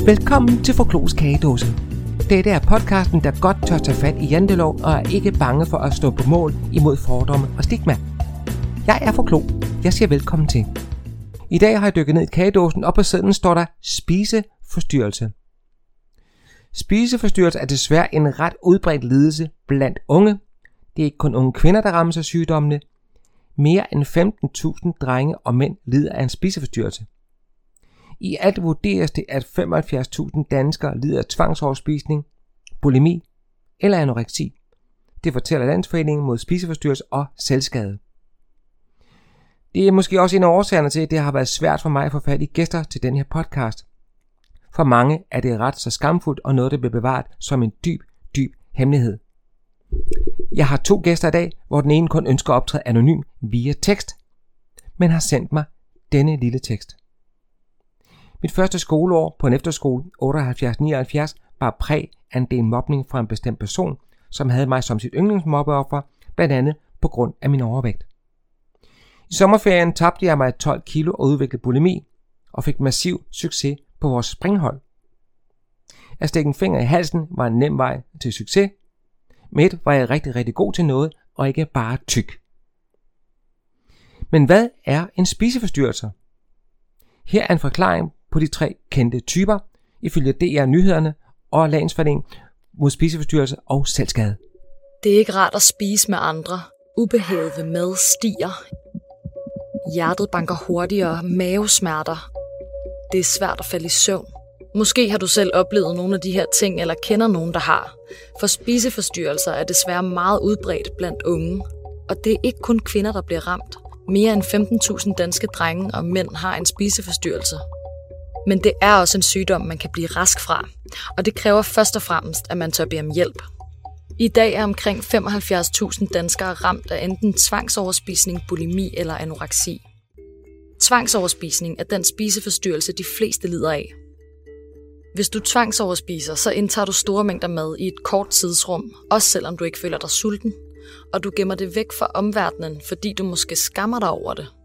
Velkommen til Forklos Kagedåse. Dette er podcasten, der godt tør tage fat i jantelov og er ikke bange for at stå på mål imod fordomme og stigma. Jeg er Forklo. Jeg siger velkommen til. I dag har jeg dykket ned i kagedåsen, og på siden står der spiseforstyrrelse. Spiseforstyrrelse er desværre en ret udbredt lidelse blandt unge. Det er ikke kun unge kvinder, der rammes af sygdommene. Mere end 15.000 drenge og mænd lider af en spiseforstyrrelse. I alt vurderes det, at 75.000 danskere lider af tvangsoverspisning, bulimi eller anoreksi. Det fortæller Landsforeningen mod spiseforstyrrelse og selvskade. Det er måske også en af årsagerne til, at det har været svært for mig at få fat i gæster til den her podcast. For mange er det ret så skamfuldt og noget, der bliver bevaret som en dyb hemmelighed. Jeg har 2 gæster i dag, hvor den ene kun ønsker at optræde anonym via tekst, men har sendt mig denne lille tekst. Mit første skoleår på en efterskole 78-79 bar præg af en del mobning fra en bestemt person, som havde mig som sit yndlingsmobbeoffer, blandt andet på grund af min overvægt. I sommerferien tabte jeg mig 12 kilo og udviklede bulimi, og fik massiv succes på vores springhold. At stikke en finger i halsen var en nem vej til succes. Med et var jeg rigtig god til noget, og ikke bare tyk. Men hvad er en spiseforstyrrelse? Her er en forklaring på de 3 kendte typer, ifølge DR Nyhederne og Landsforeningen mod spiseforstyrrelse og selvskade. Det er ikke rart at spise med andre. Ubehaget ved mad stiger. Hjertet banker hurtigere, mavesmerter. Det er svært at falde i søvn. Måske har du selv oplevet nogle af de her ting, eller kender nogen, der har. For spiseforstyrrelser er desværre meget udbredt blandt unge. Og det er ikke kun kvinder, der bliver ramt. Mere end 15.000 danske drenge og mænd har en spiseforstyrrelse. Men det er også en sygdom, man kan blive rask fra. Og det kræver først og fremmest, at man tør bede om hjælp. I dag er omkring 75.000 danskere ramt af enten tvangsoverspisning, bulimi eller anoreksi. Tvangsoverspisning er den spiseforstyrrelse, de fleste lider af. Hvis du tvangsoverspiser, så indtager du store mængder mad i et kort tidsrum, også selvom du ikke føler dig sulten, og du gemmer det væk fra omverdenen, fordi du måske skammer dig over det.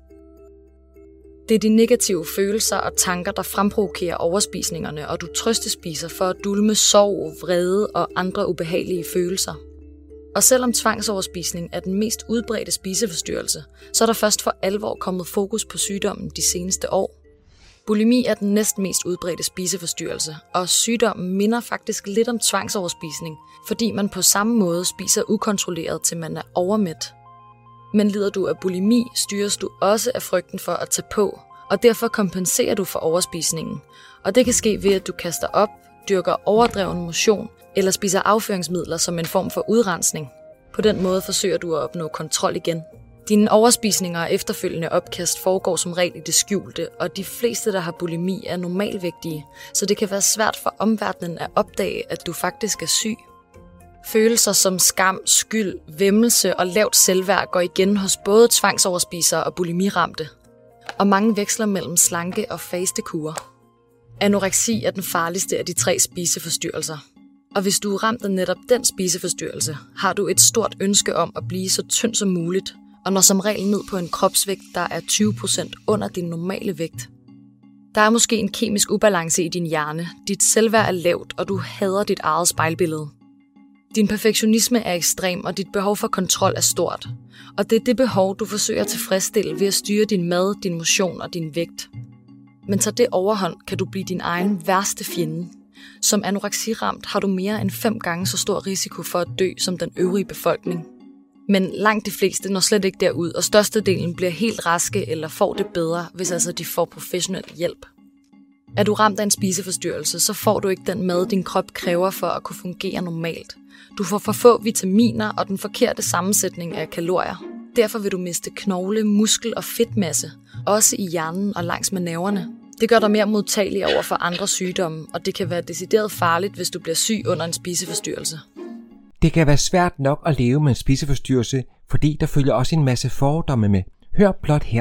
Det er de negative følelser og tanker, der fremprovokerer overspisningerne, og du trøstespiser for at dulme sorg, vrede og andre ubehagelige følelser. Og selvom tvangsoverspisning er den mest udbredte spiseforstyrrelse, så er der først for alvor kommet fokus på sygdommen de seneste år. Bulimi er den næstmest udbredte spiseforstyrrelse, og sygdommen minder faktisk lidt om tvangsoverspisning, fordi man på samme måde spiser ukontrolleret, til man er overmæt. Men lider du af bulimi, styres du også af frygten for at tage på, og derfor kompenserer du for overspisningen. Og det kan ske ved, at du kaster op, dyrker overdreven motion eller spiser afføringsmidler som en form for udrensning. På den måde forsøger du at opnå kontrol igen. Dine overspisninger og efterfølgende opkast foregår som regel i det skjulte, og de fleste, der har bulimi, er normalvægtige, så det kan være svært for omverdenen at opdage, at du faktisk er syg. Følelser som skam, skyld, væmmelse og lavt selvværd går igen hos både tvangsoverspisere og bulimiramte. Og mange veksler mellem slanke- og fastekure. Anoreksi er den farligste af de 3 spiseforstyrrelser. Og hvis du er ramt af netop den spiseforstyrrelse, har du et stort ønske om at blive så tynd som muligt, og når som regel ned på en kropsvægt, der er 20% under din normale vægt. Der er måske en kemisk ubalance i din hjerne, dit selvværd er lavt, og du hader dit eget spejlbillede. Din perfektionisme er ekstrem, og dit behov for kontrol er stort. Og det er det behov, du forsøger at tilfredsstille ved at styre din mad, din motion og din vægt. Men tager det overhånd, kan du blive din egen værste fjende. Som anoreksiramt har du mere end 5 gange så stor risiko for at dø som den øvrige befolkning. Men langt de fleste når slet ikke derud, og størstedelen bliver helt raske eller får det bedre, hvis altså de får professionel hjælp. Er du ramt af en spiseforstyrrelse, så får du ikke den mad, din krop kræver for at kunne fungere normalt. Du får for få vitaminer og den forkerte sammensætning af kalorier. Derfor vil du miste knogle, muskel og fedtmasse, også i hjernen og langs med nerverne. Det gør dig mere modtagelig over for andre sygdomme, og det kan være decideret farligt, hvis du bliver syg under en spiseforstyrrelse. Det kan være svært nok at leve med en spiseforstyrrelse, fordi der følger også en masse fordomme med. Hør blot her.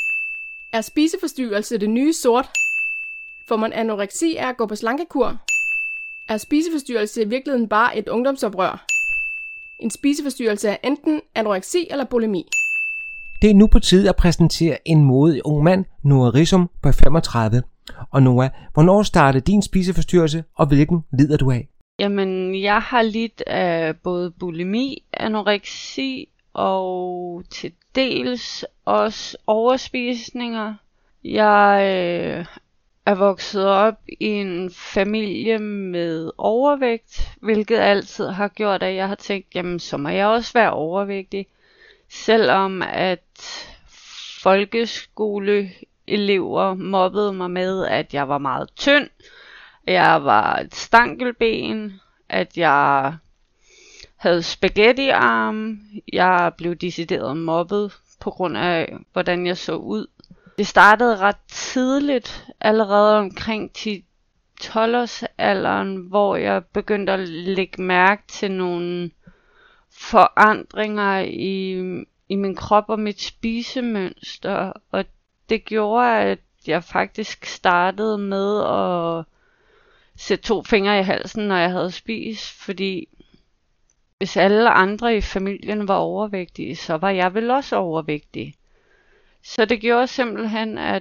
Er spiseforstyrrelse det nye sort? Får man anoreksi af at gå på slankekur? Er spiseforstyrrelse i virkeligheden bare et ungdomsoprør? En spiseforstyrrelse er enten anoreksi eller bulimi. Det er nu på tide at præsentere en modig ung mand, Noah Rizum på 35, Og Noah, hvornår startede din spiseforstyrrelse, og hvilken lider du af? Jamen, jeg har lidt af både bulimi, anoreksi og til dels også overspisninger. Jeg er vokset op i en familie med overvægt, hvilket altid har gjort, at jeg har tænkt, jamen så må jeg også være overvægtig. Selvom at folkeskoleelever mobbede mig med, at jeg var meget tynd, jeg var et stankelben, at jeg havde spaghettiarme, jeg blev decideret mobbet på grund af, hvordan jeg så ud. Det startede ret tidligt, allerede omkring 10-12-årsalderen, hvor jeg begyndte at lægge mærke til nogle forandringer i min krop og mit spisemønster. Og det gjorde, at jeg faktisk startede med at sætte 2 fingre i halsen, når jeg havde spist, fordi hvis alle andre i familien var overvægtige, så var jeg vel også overvægtig. Så det gjorde simpelthen, at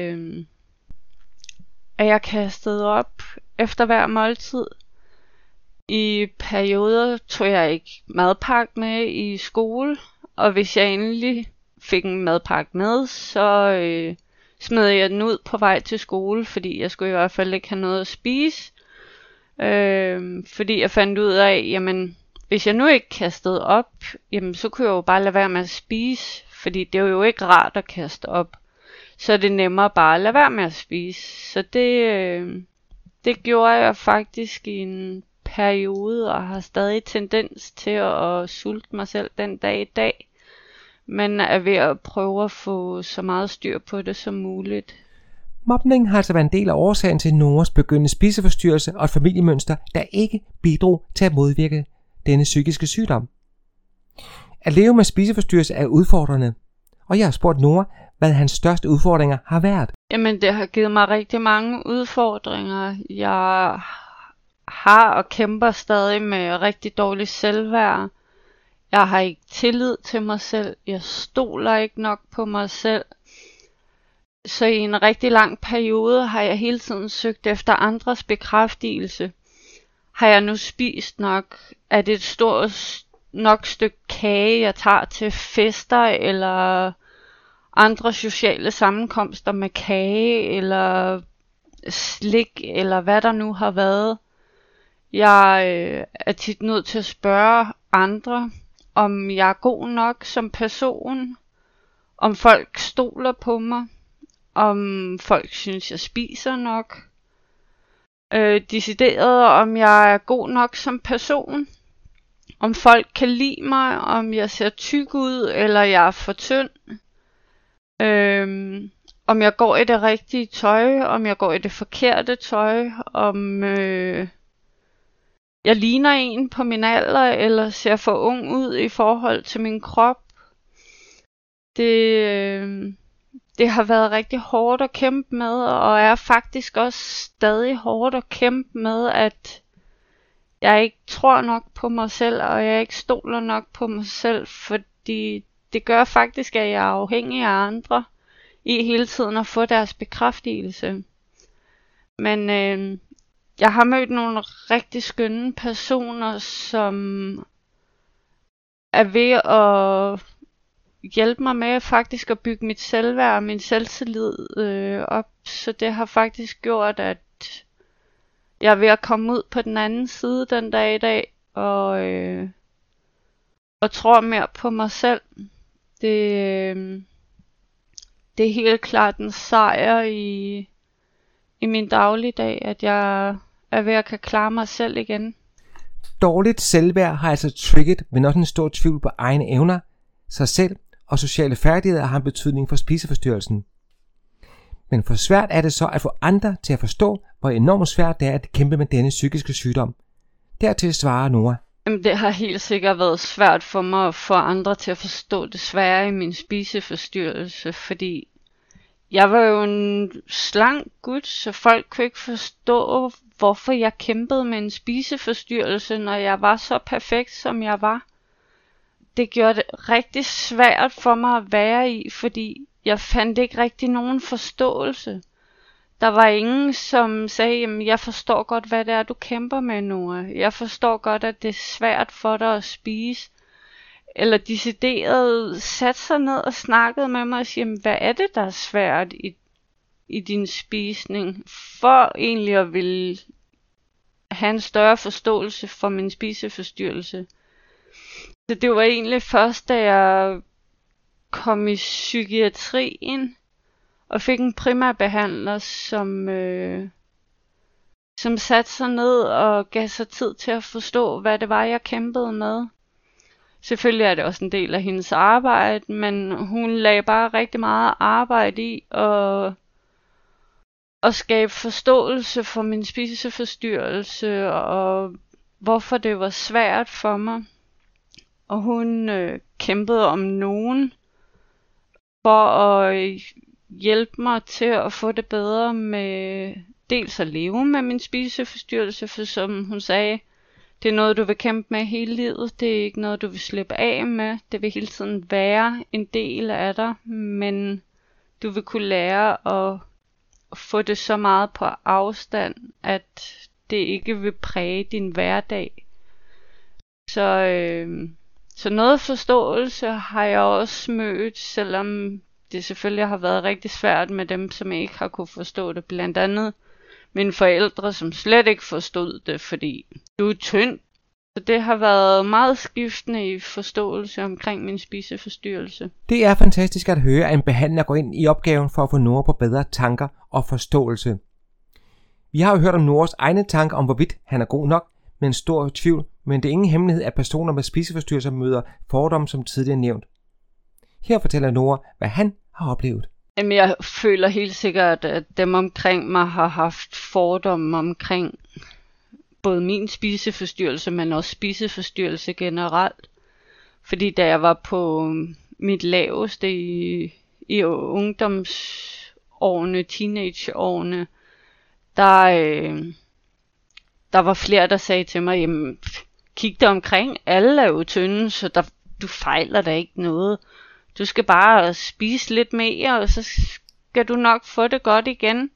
jeg kastede op efter hver måltid. I perioder tog jeg ikke madpakke med i skole, og hvis jeg endelig fik en madpakke med, så smed jeg den ud på vej til skole, fordi jeg skulle i hvert fald ikke have noget at spise. Fordi jeg fandt ud af, jamen hvis jeg nu ikke kastede op, jamen så kunne jeg jo bare lade være med at spise, fordi det er jo ikke rart at kaste op. Så er det nemmere bare at lade være med at spise. Så det gjorde jeg faktisk i en periode, og har stadig tendens til at sulte mig selv den dag i dag. Men er ved at prøve at få så meget styr på det som muligt. Mobning har altså været en del af årsagen til Noahs begyndende spiseforstyrrelse og et familiemønster, der ikke bidrog til at modvirke denne psykiske sygdom. At leve med spiseforstyrrelse er udfordrende, og jeg har spurgt Noah, hvad hans største udfordringer har været. Jamen det har givet mig rigtig mange udfordringer. Jeg har og kæmper stadig med rigtig dårligt selvværd. Jeg har ikke tillid til mig selv. Jeg stoler ikke nok på mig selv. Så i en rigtig lang periode har jeg hele tiden søgt efter andres bekræftelse. Har jeg nu spist nok? Er det et stort nok stykke kage, jeg tager til fester eller andre sociale sammenkomster med kage eller slik eller hvad der nu har været? Jeg er tit nødt til at spørge andre, om jeg er god nok som person, om folk stoler på mig, om folk synes, jeg spiser nok, decideret om jeg er god nok som person, om folk kan lide mig, om jeg ser tyk ud, eller jeg er for tynd, om jeg går i det rigtige tøj, om jeg går i det forkerte tøj, om jeg ligner en på min alder, eller ser for ung ud i forhold til min krop. Det har været rigtig hårdt at kæmpe med, og er faktisk også stadig hårdt at kæmpe med, at jeg ikke tror nok på mig selv, og jeg ikke stoler nok på mig selv, fordi det gør faktisk, at jeg er afhængig af andre i hele tiden at få deres bekræftelse. Men jeg har mødt nogle rigtig skønne personer, som er ved at hjælpe mig med faktisk at bygge mit selvværd og min selvtillid op. Så det har faktisk gjort, at jeg er ved at komme ud på den anden side den dag i dag, og tror mere på mig selv. Det er helt klart en sejr i min dagligdag, at jeg er ved at kan klare mig selv igen. Dårligt selvværd har altså trigget, men også en stor tvivl på egne evner, sig selv og sociale færdigheder har en betydning for spiseforstyrrelsen. Men for svært er det så at få andre til at forstå, hvor enormt svært det er at kæmpe med denne psykiske sygdom. Dertil svarer Noah. Det har helt sikkert været svært for mig at få andre til at forstå det svære i min spiseforstyrrelse, fordi jeg var jo en slank gut, så folk kunne ikke forstå, hvorfor jeg kæmpede med en spiseforstyrrelse, når jeg var så perfekt, som jeg var. Det gjorde det rigtig svært for mig at være i, fordi jeg fandt ikke rigtig nogen forståelse. Der var ingen, som sagde, jamen jeg forstår godt, hvad det er, du kæmper med, Nora. Jeg forstår godt, at det er svært for dig at spise. Eller decideret satte sig ned og snakkede med mig og siger, hvad er det, der er svært i din spisning? For egentlig at ville have en større forståelse for min spiseforstyrrelse. Så det var egentlig først, da jeg kom i psykiatrien og fik en primærbehandler, som satte sig ned og gav sig tid til at forstå, hvad det var, jeg kæmpede med. Selvfølgelig er det også en del af hendes arbejde, men hun lagde bare rigtig meget arbejde i at skabe forståelse for min spiseforstyrrelse og hvorfor det var svært for mig. Og hun kæmpede om nogen for at hjælpe mig til at få det bedre med dels at leve med min spiseforstyrrelse, for som hun sagde, det er noget, du vil kæmpe med hele livet. Det er ikke noget, du vil slippe af med. Det vil hele tiden være en del af dig, men du vil kunne lære at få det så meget på afstand, at det ikke vil præge din hverdag. Så noget forståelse har jeg også mødt, selvom det selvfølgelig har været rigtig svært med dem, som ikke har kunne forstå det. Blandt andet mine forældre, som slet ikke forstod det, fordi du er tynd. Så det har været meget skiftende i forståelse omkring min spiseforstyrrelse. Det er fantastisk at høre, at en behandler går ind i opgaven for at få Nora på bedre tanker og forståelse. Vi har jo hørt om Noras egne tanker om, hvorvidt han er god nok, med en stor tvivl, men det er ingen hemmelighed, at personer med spiseforstyrrelser møder fordomme, som tidligere nævnt. Her fortæller Nora, hvad han har oplevet. Jamen, jeg føler helt sikkert, at dem omkring mig har haft fordomme omkring både min spiseforstyrrelse, men også spiseforstyrrelse generelt. Fordi da jeg var på mit laveste i ungdomsårene, teenageårene, der var flere, der sagde til mig, jamen, kig dig omkring, alle er jo tynde, så du fejler da ikke noget. Du skal bare spise lidt mere, og så skal du nok få det godt igen.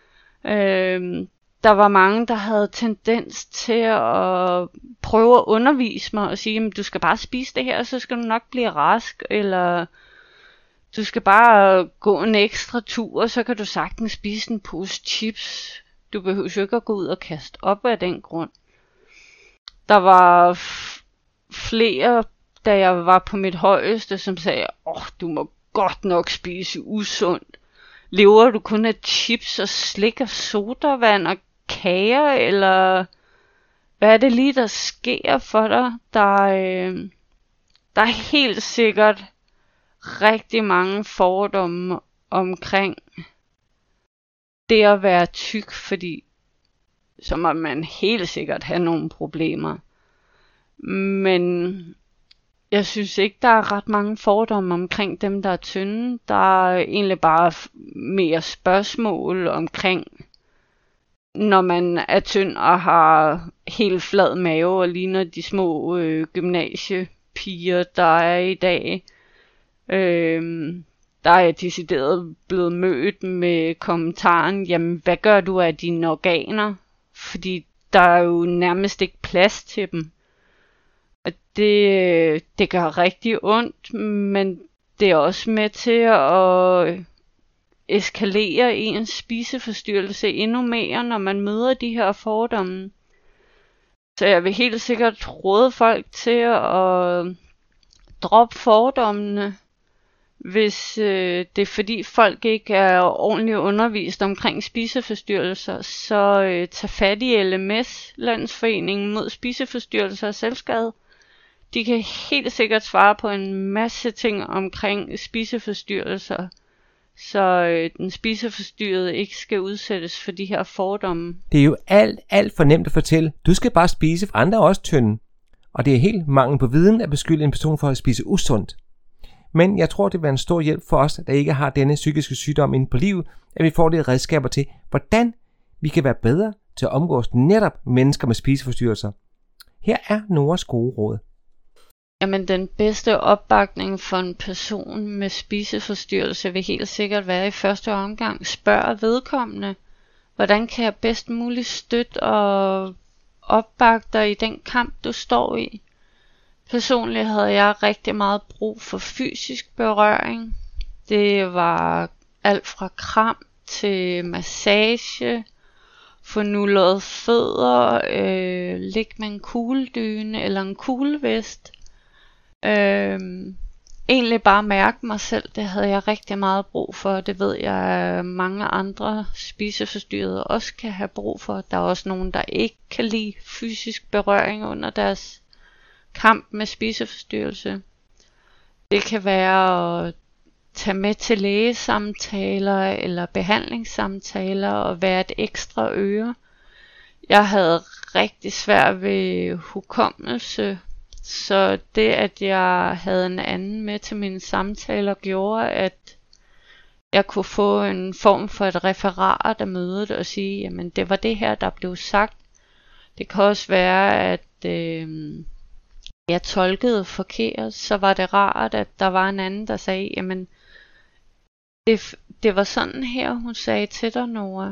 Der var mange, der havde tendens til at prøve at undervise mig og sige, jamen, du skal bare spise det her, og så skal du nok blive rask, eller du skal bare gå en ekstra tur, og så kan du sagtens spise en pose chips. Du behøver jo ikke at gå ud og kaste op af den grund. Der var flere, da jeg var på mit højeste, som sagde, du må godt nok spise usundt. Lever du kun af chips og slik og sodavand og kager, eller hvad er det lige, der sker for dig? Der er helt sikkert rigtig mange fordomme omkring det at være tyk, fordi så må man helt sikkert have nogle problemer. Men jeg synes ikke, der er ret mange fordomme omkring dem, der er tynde. Der er egentlig bare mere spørgsmål omkring, når man er tynd og har helt flad mave og ligner de små gymnasiepiger, der er i dag. Der er jeg decideret blevet mødt med kommentaren, jamen hvad gør du af dine organer? Fordi der er jo nærmest ikke plads til dem. Og det gør rigtig ondt, men det er også med til at eskalere ens spiseforstyrrelse endnu mere, når man møder de her fordomme. Så jeg vil helt sikkert råde folk til at droppe fordommene, hvis det er fordi folk ikke er ordentligt undervist omkring spiseforstyrrelser, så tag fat i LMS, Landsforeningen mod spiseforstyrrelser og selvskade. De kan helt sikkert svare på en masse ting omkring spiseforstyrrelser, så den spiseforstyrrede ikke skal udsættes for de her fordomme. Det er jo alt for nemt at fortælle, du skal bare spise, for andre er også tynde. Og det er helt mangel på viden at beskylde en person for at spise usundt. Men jeg tror, det vil være en stor hjælp for os, der ikke har denne psykiske sygdom inde på livet, at vi får lidt redskaber til, hvordan vi kan være bedre til at omgås netop mennesker med spiseforstyrrelser. Her er Noras gode råd. Jamen, den bedste opbakning for en person med spiseforstyrrelse vil helt sikkert være i første omgang. Spørg vedkommende, hvordan kan jeg bedst muligt støtte og opbakke dig i den kamp, du står i. Personligt havde jeg rigtig meget brug for fysisk berøring. Det var alt fra kram til massage, få nullet fødder, ligge med en kugledyne eller en kuglevest. Egentlig bare mærke mig selv, det havde jeg rigtig meget brug for. Det ved jeg, at mange andre spiseforstyrrede også kan have brug for. Der er også nogen, der ikke kan lide fysisk berøring under deres kamp med spiseforstyrrelse. Det kan være at tage med til lægesamtaler eller behandlingssamtaler og være et ekstra øre. Jeg havde rigtig svært ved hukommelse, så det at jeg havde en anden med til mine samtaler gjorde, at jeg kunne få en form for et referat af mødet og sige, jamen det var det her, der blev sagt. Det kan også være, at jeg tolkede forkert, så var det rart, at der var en anden, der sagde, jamen det var sådan her, hun sagde til dig, Nora.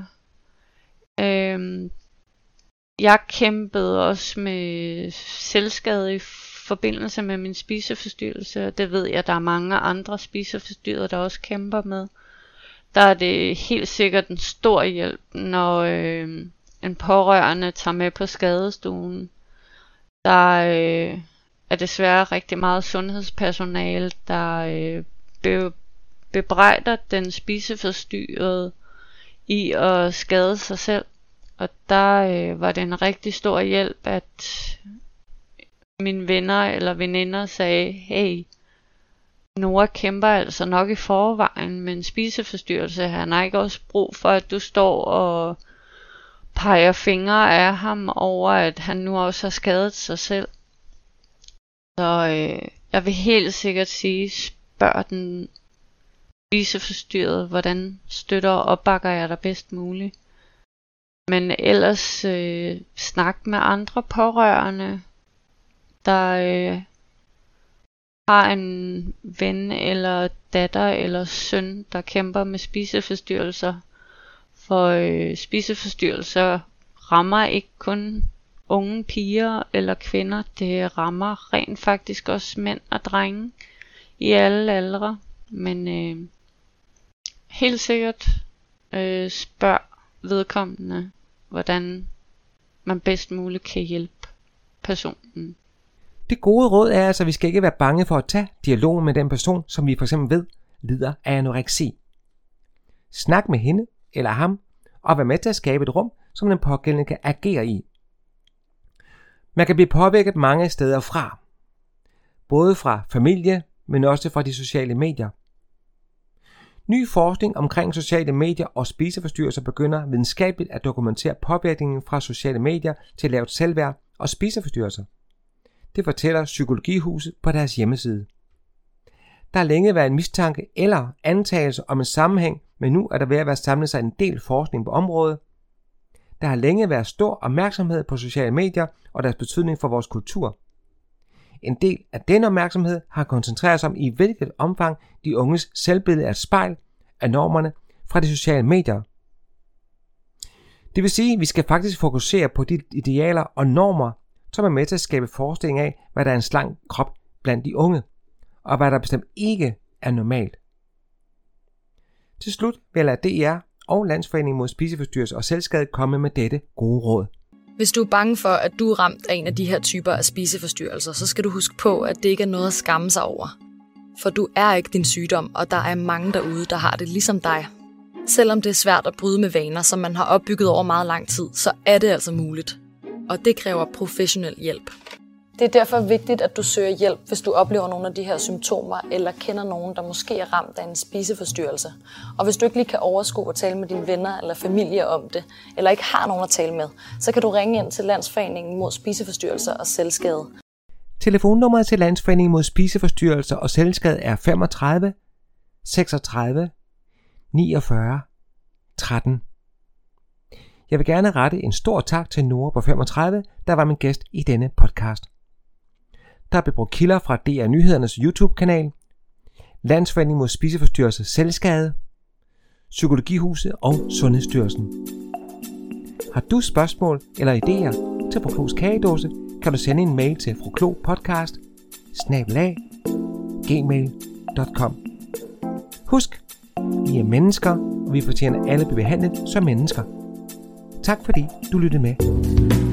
Jeg kæmpede også med selvskade i forbindelse med min spiseforstyrrelse, og det ved jeg, der er mange andre spiseforstyrrede, der også kæmper med. Der er det helt sikkert en stor hjælp, når en pårørende tager med på skadestuen. Der er desværre rigtig meget sundhedspersonale, der bebrejder den spiseforstyrrede i at skade sig selv. Og der var det en rigtig stor hjælp, at mine venner eller veninder sagde, hey, Nora kæmper altså nok i forvejen med en spiseforstyrrelse. Han har ikke også brug for, at du står og peger fingre af ham over, at han nu også har skadet sig selv. Så jeg vil helt sikkert sige, spørg den spiseforstyrrede, hvordan støtter og opbakker jeg dig bedst muligt. Men ellers snak med andre pårørende, der har en ven eller datter eller søn, der kæmper med spiseforstyrrelser. For spiseforstyrrelser rammer ikke kun unge piger eller kvinder, det rammer rent faktisk også mænd og drenge i alle aldre. Men helt sikkert spørg vedkommende, hvordan man bedst muligt kan hjælpe personen. Det gode råd er altså, at vi skal ikke være bange for at tage dialog med den person, som vi for eksempel ved lider af anoreksi. Snak med hende eller ham, og vær med til at skabe et rum, som den pågældende kan agere i. Man kan blive påvirket mange steder fra. Både fra familie, men også fra de sociale medier. Ny forskning omkring sociale medier og spiseforstyrrelser begynder videnskabeligt at dokumentere påvirkningen fra sociale medier til lavt selvværd og spiseforstyrrelser. Det fortæller Psykologihuset på deres hjemmeside. Der har længe været en mistanke eller antagelse om en sammenhæng, men nu er der ved at være samlet sig en del forskning på området. Der har længe været stor opmærksomhed på sociale medier og deres betydning for vores kultur. En del af den opmærksomhed har koncentreret sig om, i hvilket omfang de unges selvbillede er et spejl af normerne fra de sociale medier. Det vil sige, at vi skal faktisk fokusere på de idealer og normer, som er med til at skabe forestilling af, hvad der er en slank krop blandt de unge, og hvad der bestemt ikke er normalt. Til slut vil jeg lade DR og Landsforeningen mod spiseforstyrrelser og selvskade komme med dette gode råd. Hvis du er bange for, at du er ramt af en af de her typer af spiseforstyrrelser, så skal du huske på, at det ikke er noget at skamme sig over. For du er ikke din sygdom, og der er mange derude, der har det ligesom dig. Selvom det er svært at bryde med vaner, som man har opbygget over meget lang tid, så er det altså muligt. Og det kræver professionel hjælp. Det er derfor vigtigt, at du søger hjælp, hvis du oplever nogle af de her symptomer, eller kender nogen, der måske er ramt af en spiseforstyrrelse. Og hvis du ikke lige kan overskue at tale med dine venner eller familie om det, eller ikke har nogen at tale med, så kan du ringe ind til Landsforeningen mod spiseforstyrrelser og selvskade. Telefonnummeret til Landsforeningen mod spiseforstyrrelser og selvskade er 35 36 49 13. Jeg vil gerne rette en stor tak til Nora på 35, der var min gæst i denne podcast. Der blev brugt kilder fra DR Nyhedernes YouTube-kanal, Landsforeningen mod spiseforstyrrelser selvskade, Psykologihuset og Sundhedsstyrelsen. Har du spørgsmål eller idéer til Fru Klos Kagedåse, kan du sende en mail til fruklopodcast@gmail.com. Husk, vi er mennesker, og vi fortjener alle at blive behandlet som mennesker. Tak fordi du lyttede med.